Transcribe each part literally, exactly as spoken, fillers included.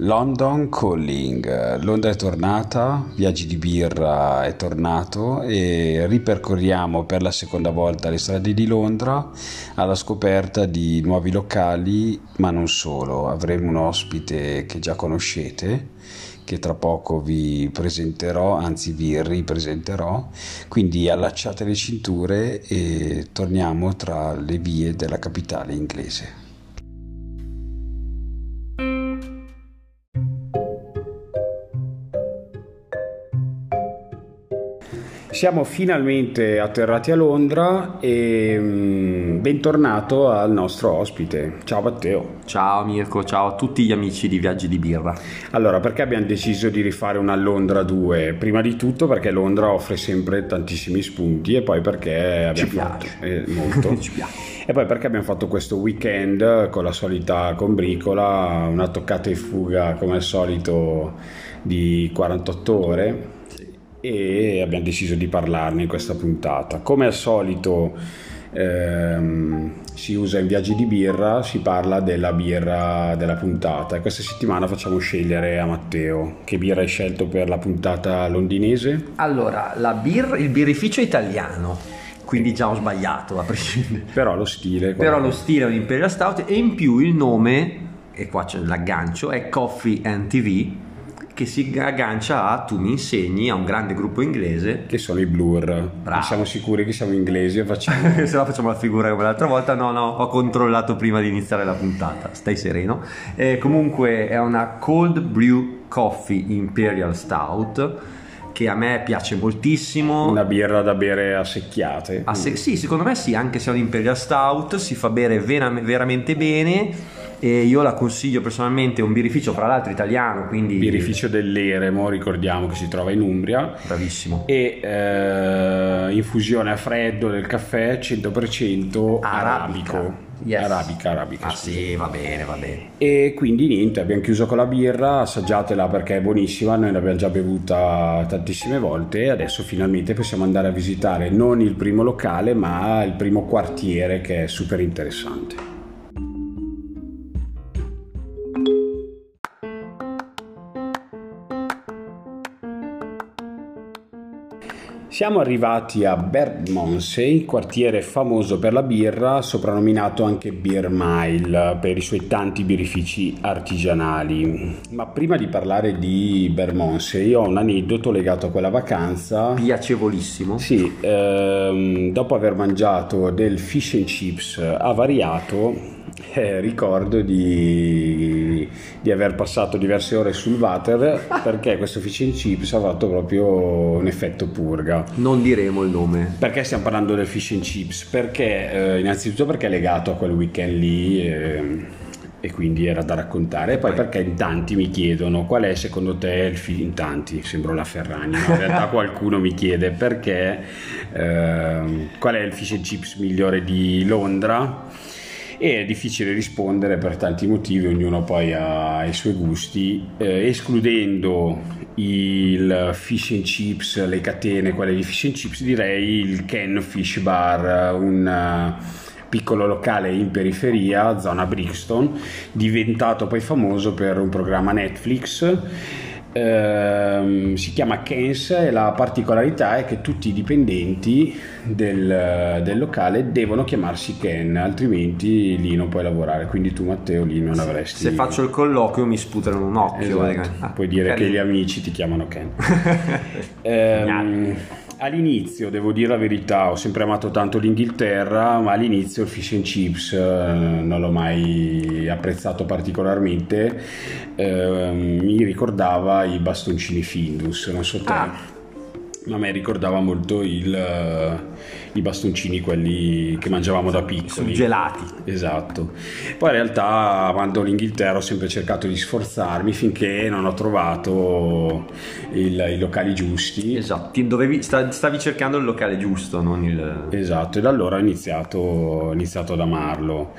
London Calling, Londra è tornata, Viaggi di Birra è tornato e ripercorriamo per la seconda volta le strade di Londra alla scoperta di nuovi locali, ma non solo. Avremo un ospite che già conoscete, che tra poco vi presenterò, anzi vi ripresenterò, quindi allacciate le cinture e torniamo tra le vie della capitale inglese. Siamo finalmente atterrati a Londra e mm, bentornato al nostro ospite. Ciao Matteo. Ciao Mirko, ciao a tutti gli amici di Viaggi di Birra. Allora, perché abbiamo deciso di rifare una Londra due? Prima di tutto perché Londra offre sempre tantissimi spunti e poi perché abbiamo Ci fatto piace. eh, molto. Ci piace. E poi perché abbiamo fatto questo weekend con la solita combricola, una toccata e fuga come al solito di quarantotto ore. E abbiamo deciso di parlarne in questa puntata. Come al solito ehm, si usa in Viaggi di Birra, si parla della birra della puntata e questa settimana facciamo scegliere a Matteo. Che birra hai scelto per la puntata londinese? Allora, la birra, il birrificio italiano, quindi già ho sbagliato a prescindere. Però lo stile. Però lo stile è un Imperial Stout e in più il nome, e qua c'è l'aggancio, è Coffee and T V, che si aggancia a Tu mi insegni, a un grande gruppo inglese che sono i Blur. Bravo. Siamo sicuri che siamo inglesi e facciamo se no facciamo la figura come l'altra volta. No no, ho controllato prima di iniziare la puntata, stai sereno. Eh, comunque è una cold brew coffee Imperial Stout che a me piace moltissimo, una birra da bere a secchiate. a se- sì, secondo me sì, anche se è un Imperial Stout si fa bere vera- veramente bene. E io la consiglio personalmente, è un birrificio fra l'altro italiano, quindi Birrificio dell'Eremo, ricordiamo che si trova in Umbria. Bravissimo. E eh, infusione a freddo del caffè cento per cento Arabica. arabico. Yes. Arabica, arabica. Ah sì. sì, va bene, va bene. E quindi niente, abbiamo chiuso con la birra, assaggiatela perché è buonissima, noi l'abbiamo già bevuta tantissime volte e adesso finalmente possiamo andare a visitare non il primo locale ma il primo quartiere, che è super interessante. Siamo arrivati a Bermondsey, quartiere famoso per la birra, soprannominato anche Beer Mile per i suoi tanti birrifici artigianali. Ma prima di parlare di Bermondsey ho un aneddoto legato a quella vacanza. Piacevolissimo. Sì, ehm, dopo aver mangiato del fish and chips avariato, Eh, ricordo di, di aver passato diverse ore sul water perché questo fish and chips ha fatto proprio un effetto purga. Non diremo il nome. Perché stiamo parlando del fish and chips? Perché eh, innanzitutto perché è legato a quel weekend lì eh, e quindi era da raccontare, e poi perché in tanti mi chiedono qual è secondo te il fish, in tanti sembro la Ferragni, no? In realtà qualcuno mi chiede perché eh, qual è il fish and chips migliore di Londra. E è difficile rispondere per tanti motivi, ognuno poi ha i suoi gusti, eh, escludendo il fish and chips, le catene, quelle di fish and chips, direi il Ken Fish Bar, un piccolo locale in periferia, zona Brixton, diventato poi famoso per un programma Netflix. Uh, si chiama Ken's e la particolarità è che tutti i dipendenti del, del locale devono chiamarsi Ken, altrimenti lì non puoi lavorare. Quindi tu Matteo lì non avresti. Se faccio il colloquio mi sputano un occhio. Esatto. Ah, puoi dire carino. che gli amici ti chiamano Ken. um, All'inizio, devo dire la verità, ho sempre amato tanto l'Inghilterra, ma all'inizio il fish and chips eh, non l'ho mai apprezzato particolarmente, eh, mi ricordava i bastoncini Findus, non so te, Ah. ma a me ricordava molto il, uh, i bastoncini quelli che mangiavamo da piccoli. Gelati. Esatto. Poi in realtà, amando l'Inghilterra, ho sempre cercato di sforzarmi finché non ho trovato il, i locali giusti. Esatto, ti dovevi, sta- stavi cercando il locale giusto, non il... Esatto, e da allora ho iniziato, ho iniziato ad amarlo.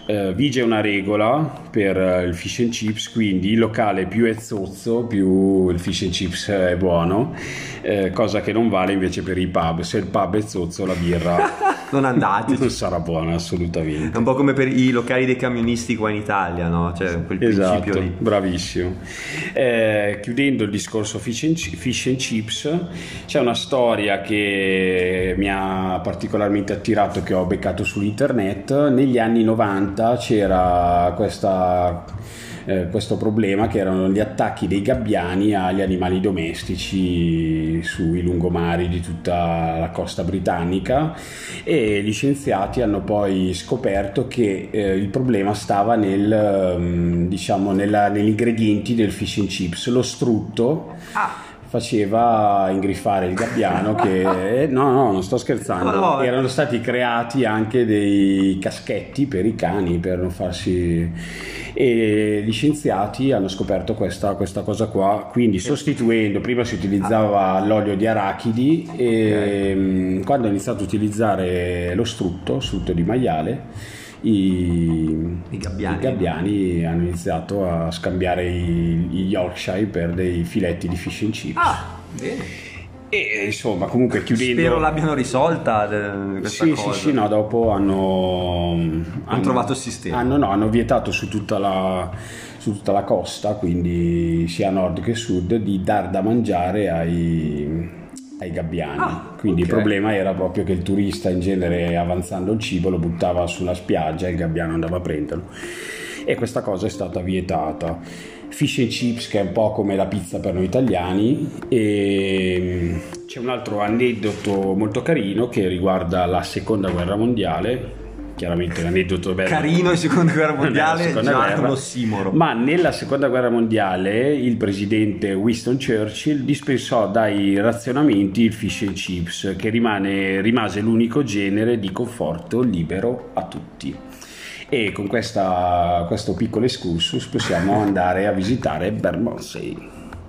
Uh, vige una regola per uh, il fish and chips, quindi il locale più è zozzo più il fish and chips è buono, uh, cosa che non vale invece per i pub. Se il pub è zozzo la birra non andate, non sarà buona assolutamente. È un po' come per i locali dei camionisti qua in Italia, no? Cioè quel esatto, principio lì. Bravissimo. Eh, chiudendo il discorso fish and, fish and chips, c'è una storia che mi ha particolarmente attirato, che ho beccato su internet. Negli anni novanta c'era questa, eh, questo problema, che erano gli attacchi dei gabbiani agli animali domestici sui lungomari di tutta la costa britannica, e gli scienziati hanno poi scoperto che eh, il problema stava nel, diciamo, nella, negli ingredienti del fish and chips. Lo strutto ah. faceva ingriffare il gabbiano che no no non sto scherzando, no, no. Erano stati creati anche dei caschetti per i cani per non farsi, e gli scienziati hanno scoperto questa, questa cosa qua, quindi sostituendo, prima si utilizzava l'olio di arachidi e okay. quando hanno iniziato a utilizzare lo strutto, strutto di maiale, I, I, gabbiani. i gabbiani hanno iniziato a scambiare i, i Yorkshire per dei filetti di fish and chips. Ah, bene. E insomma, comunque chiudendo, spero l'abbiano risolta de, questa sì, cosa. Sì, sì, no, dopo hanno hanno, hanno trovato il sistema. Hanno, no, hanno vietato su tutta la su tutta la costa, quindi sia nord che sud, di dar da mangiare ai ai gabbiani. Ah, quindi okay. Il problema era proprio che il turista in genere, avanzando il cibo, lo buttava sulla spiaggia e il gabbiano andava a prenderlo, e questa cosa è stata vietata. Fish and chips, che è un po' come la pizza per noi italiani. E c'è un altro aneddoto molto carino che riguarda la seconda guerra mondiale. Chiaramente l'aneddoto bello, carino in seconda guerra mondiale, seconda già guerra, un ossimoro. Ma nella seconda guerra mondiale il presidente Winston Churchill dispensò dai razionamenti il fish and chips, che rimane, rimase l'unico genere di conforto libero a tutti. E con questa, questo piccolo excursus possiamo andare a visitare Bermondsey.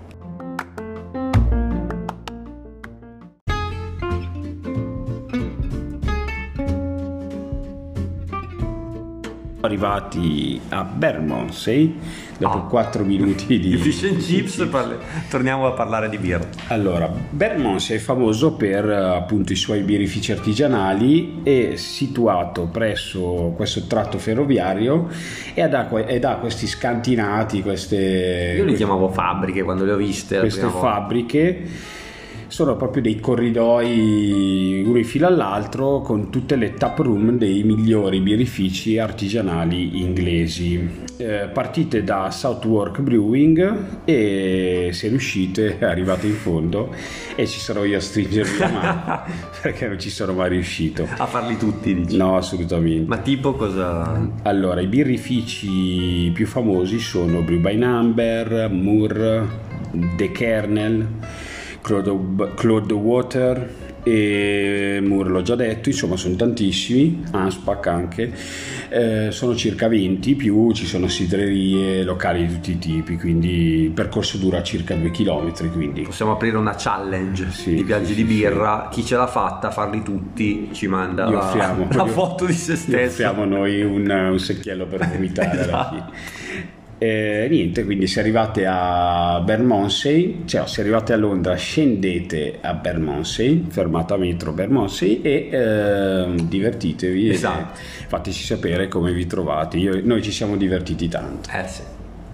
Arrivati a Bermondsey dopo oh. quattro minuti di fish and chips, parli... torniamo a parlare di birra. Allora, Bermondsey è famoso per appunto i suoi birrifici artigianali, è situato presso questo tratto ferroviario ed ha, ed ha questi scantinati, queste io li chiamavo fabbriche quando le ho viste, queste fabbriche. Sono proprio dei corridoi uno in fila all'altro con tutte le tap room dei migliori birrifici artigianali inglesi. Eh, partite da Southwark Brewing e se riuscite arrivate in fondo e ci sarò io a stringervi la mano perché non ci sono mai riuscito a farli tutti, dici? No, assolutamente. Ma tipo cosa? Allora, i birrifici più famosi sono Brew by Number, Moore, The Kernel, Claude Water e Moore l'ho già detto, insomma sono tantissimi, Anspach anche, eh, sono circa venti, più ci sono sidrerie, locali di tutti i tipi, quindi il percorso dura circa due chilometri, quindi possiamo aprire una challenge sì, di viaggi sì, di birra, sì. Chi ce l'ha fatta, farli tutti, ci manda la, offriamo, la foto di se stesso, offriamo noi un, un secchiello per vomitare esatto. alla fine. Eh, niente, quindi se arrivate a Bermondsey, cioè se arrivate a Londra scendete a Bermondsey, fermata metro Bermondsey, e eh, divertitevi, esatto. E fateci sapere come vi trovate. Io, noi ci siamo divertiti tanto. Eh sì.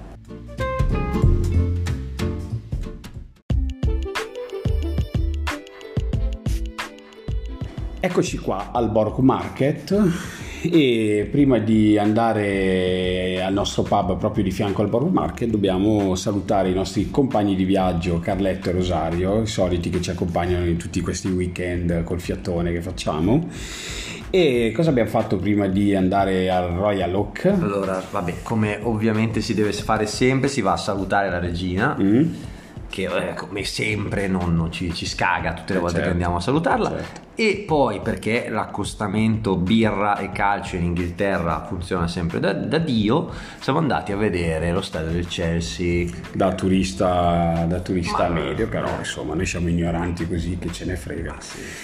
Eccoci qua al Borough Market. E prima di andare al nostro pub proprio di fianco al Borough Market dobbiamo salutare i nostri compagni di viaggio Carletto e Rosario, i soliti che ci accompagnano in tutti questi weekend col fiatone che facciamo. E cosa abbiamo fatto prima di andare al Royal Oak? Allora, vabbè, come ovviamente si deve fare sempre, si va a salutare la regina. Mm. Che eh, come sempre non, non ci, ci scaga tutte le volte certo. che andiamo a salutarla, certo. E poi perché l'accostamento birra e calcio in Inghilterra funziona sempre da, da Dio, siamo andati a vedere lo stadio del Chelsea da turista, da turista Ma, medio, però insomma noi siamo ignoranti così che ce ne frega. Sì.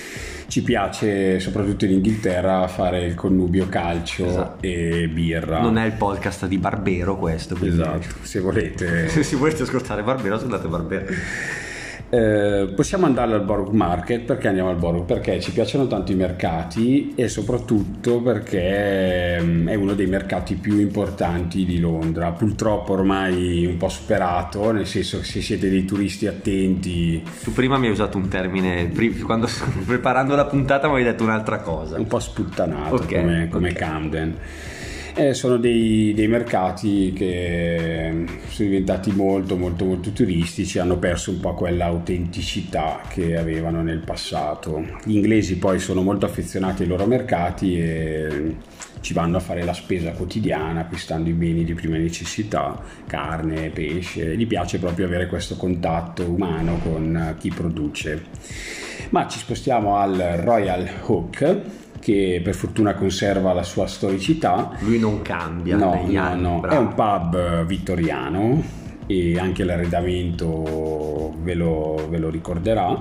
Ci piace soprattutto in Inghilterra fare il connubio calcio esatto. e birra. Non è il podcast di Barbero questo, quindi... esatto, se volete se si volete ascoltare Barbero andate a Barbero. Eh, possiamo andare al Borough Market. Perché andiamo al Borough? Perché ci piacciono tanto i mercati e soprattutto perché è uno dei mercati più importanti di Londra, purtroppo ormai un po' superato, nel senso che se siete dei turisti attenti. Tu prima mi hai usato un termine, quando preparando la puntata mi hai detto un'altra cosa, un po' sputtanato, okay, come, come okay. Camden. Eh, sono dei, dei mercati che sono diventati molto molto molto turistici, hanno perso un po' quella autenticità che avevano nel passato. Gli inglesi poi sono molto affezionati ai loro mercati e ci vanno a fare la spesa quotidiana acquistando i beni di prima necessità, carne, pesce, gli piace proprio avere questo contatto umano con chi produce. Ma ci spostiamo al Royal Oak, che per fortuna conserva la sua storicità. Lui non cambia no, negli no, anni. No. Bravo. È un pub vittoriano e anche l'arredamento ve lo, ve lo ricorderà.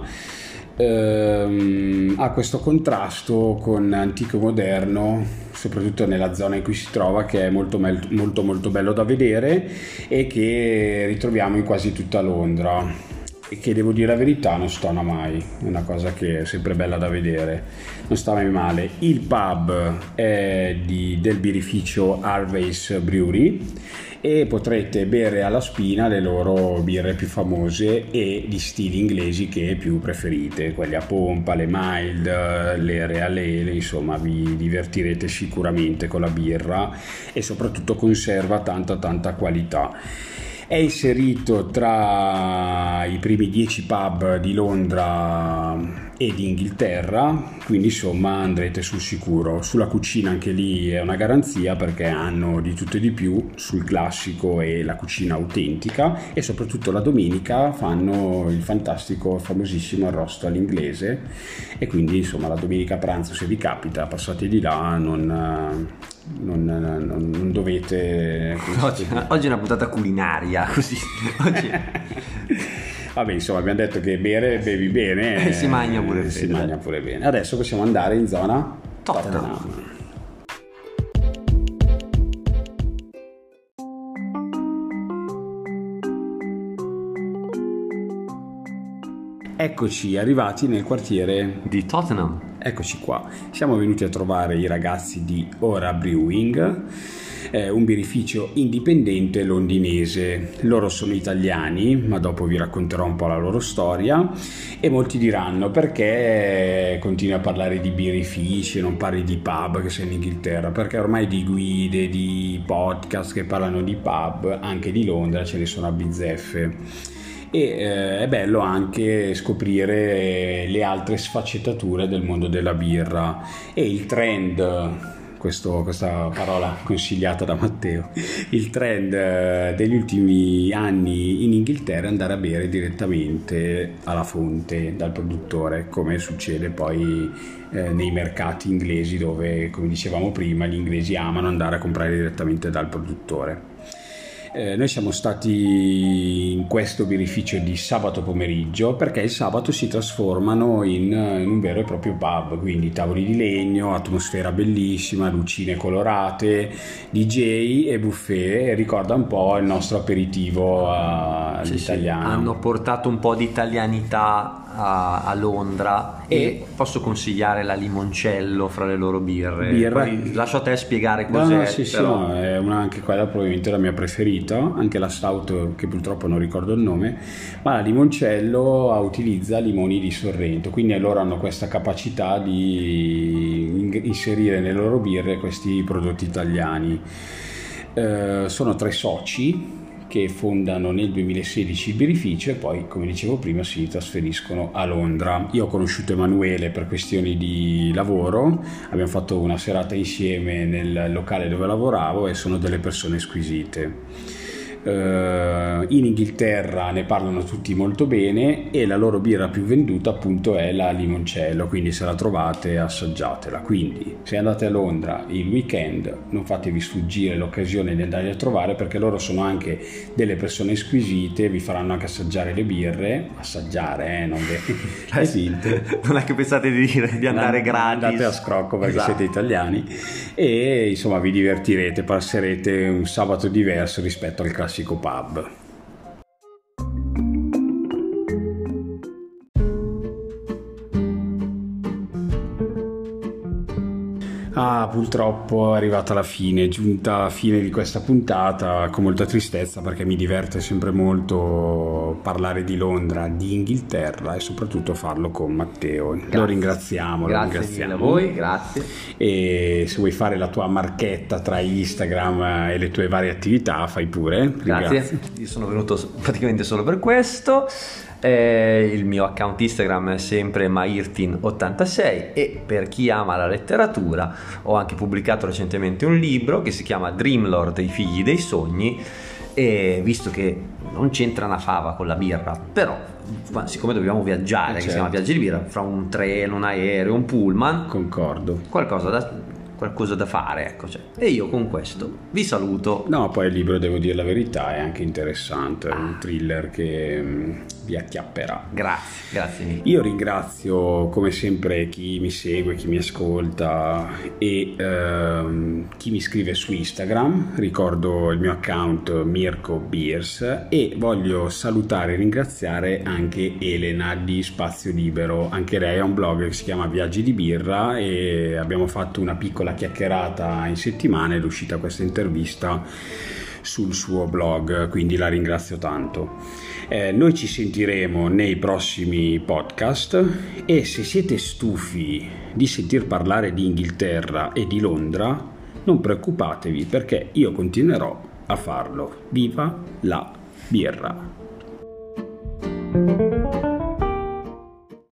Ehm, ha questo contrasto con antico e moderno, soprattutto nella zona in cui si trova, che è molto molto molto bello da vedere e che ritroviamo in quasi tutta Londra. E che, devo dire la verità, non stona mai, è una cosa che è sempre bella da vedere, non sta mai male. Il pub è di, del birrificio Harvey's Brewery e potrete bere alla spina le loro birre più famose e di stili inglesi che più preferite, quelli a pompa, le mild, le real ale, insomma vi divertirete sicuramente con la birra e soprattutto conserva tanta tanta qualità. È inserito tra i primi dieci pub di Londra e di Inghilterra, quindi insomma andrete sul sicuro. Sulla cucina anche lì è una garanzia, perché hanno di tutto e di più sul classico e la cucina autentica, e soprattutto la domenica fanno il fantastico, famosissimo arrosto all'inglese, e quindi insomma la domenica a pranzo, se vi capita, passate di là, non... Non, non, non dovete oggi, oggi è una puntata culinaria così oggi... vabbè, insomma, abbiamo detto che bere bevi bene e si mangia pure bene, si mangia pure bene. Adesso possiamo andare in zona Tottenham, Tottenham. Eccoci arrivati nel quartiere di Tottenham. Eccoci qua, siamo venuti a trovare i ragazzi di Ora Brewing, eh, un birrificio indipendente londinese. Loro sono italiani, ma dopo vi racconterò un po' la loro storia, e molti diranno: perché continui a parlare di birrifici e non parli di pub che sei in Inghilterra? Perché ormai di guide, di podcast che parlano di pub, anche di Londra, ce ne sono a bizzeffe. E eh, è bello anche scoprire le altre sfaccettature del mondo della birra e il trend, questo, questa parola consigliata da Matteo, il trend degli ultimi anni in Inghilterra è andare a bere direttamente alla fonte dal produttore, come succede poi eh, nei mercati inglesi, dove, come dicevamo prima, gli inglesi amano andare a comprare direttamente dal produttore. Eh, noi siamo stati in questo birrificio di sabato pomeriggio, perché il sabato si trasformano in, in un vero e proprio pub, quindi tavoli di legno, atmosfera bellissima, lucine colorate, D J e buffet, e ricorda un po' il nostro aperitivo all'italiano. Sì, sì. Hanno portato un po' di italianità a, a Londra, e, e posso consigliare la limoncello fra le loro birre. Birra. Poi lascio a te spiegare cos'è. No, no, sì, sì, però... no, è una, anche quella probabilmente la mia preferita, anche la stout, che purtroppo non ricordo il nome, ma la limoncello utilizza limoni di Sorrento, quindi loro hanno questa capacità di inserire nelle loro birre questi prodotti italiani. Eh, sono tre soci che fondano nel duemilasedici il birrificio e poi, come dicevo prima, si trasferiscono a Londra. Io ho conosciuto Emanuele per questioni di lavoro, abbiamo fatto una serata insieme nel locale dove lavoravo e sono delle persone squisite. Uh, in Inghilterra ne parlano tutti molto bene e la loro birra più venduta appunto è la limoncello, quindi se la trovate assaggiatela. Quindi se andate a Londra il weekend non fatevi sfuggire l'occasione di andare a trovare, perché loro sono anche delle persone squisite, vi faranno anche assaggiare le birre, assaggiare eh, non ve eh sì, non è che pensate di, dire, di andare gratis, andate a scrocco perché esatto. siete italiani, e insomma vi divertirete, passerete un sabato diverso rispetto al classico pub. Ah, purtroppo è arrivata la fine, è giunta la fine di questa puntata con molta tristezza, perché mi diverte sempre molto parlare di Londra, di Inghilterra e soprattutto farlo con Matteo. Grazie. Lo ringraziamo, grazie lo ringraziamo. mille a voi, grazie. E se vuoi fare la tua marchetta tra Instagram e le tue varie attività, fai pure. Grazie, Ringrazio. Io sono venuto praticamente solo per questo. Eh, il mio account Instagram è sempre mairtin ottantasei e per chi ama la letteratura ho anche pubblicato recentemente un libro che si chiama Dreamlord, i figli dei sogni, e visto che non c'entra una fava con la birra, però siccome dobbiamo viaggiare, eh certo. che si chiama viaggi di birra, fra un treno, un aereo, un pullman, concordo, qualcosa da qualcosa da fare, ecco, cioè. E io con questo vi saluto. No, poi il libro, devo dire la verità, è anche interessante, ah. è un thriller che um, vi acchiapperà. Grazie, grazie mille. Io ringrazio come sempre chi mi segue, chi mi ascolta e uh, chi mi scrive su Instagram. Ricordo il mio account Mirko Beers, e voglio salutare e ringraziare anche Elena di Spazio Libero. Anche lei ha un blog che si chiama Viaggi di Birra e abbiamo fatto una piccola la chiacchierata in settimana ed è uscita questa intervista sul suo blog, quindi la ringrazio tanto. Eh, noi ci sentiremo nei prossimi podcast e se siete stufi di sentir parlare di Inghilterra e di Londra non preoccupatevi, perché io continuerò a farlo. Viva la birra!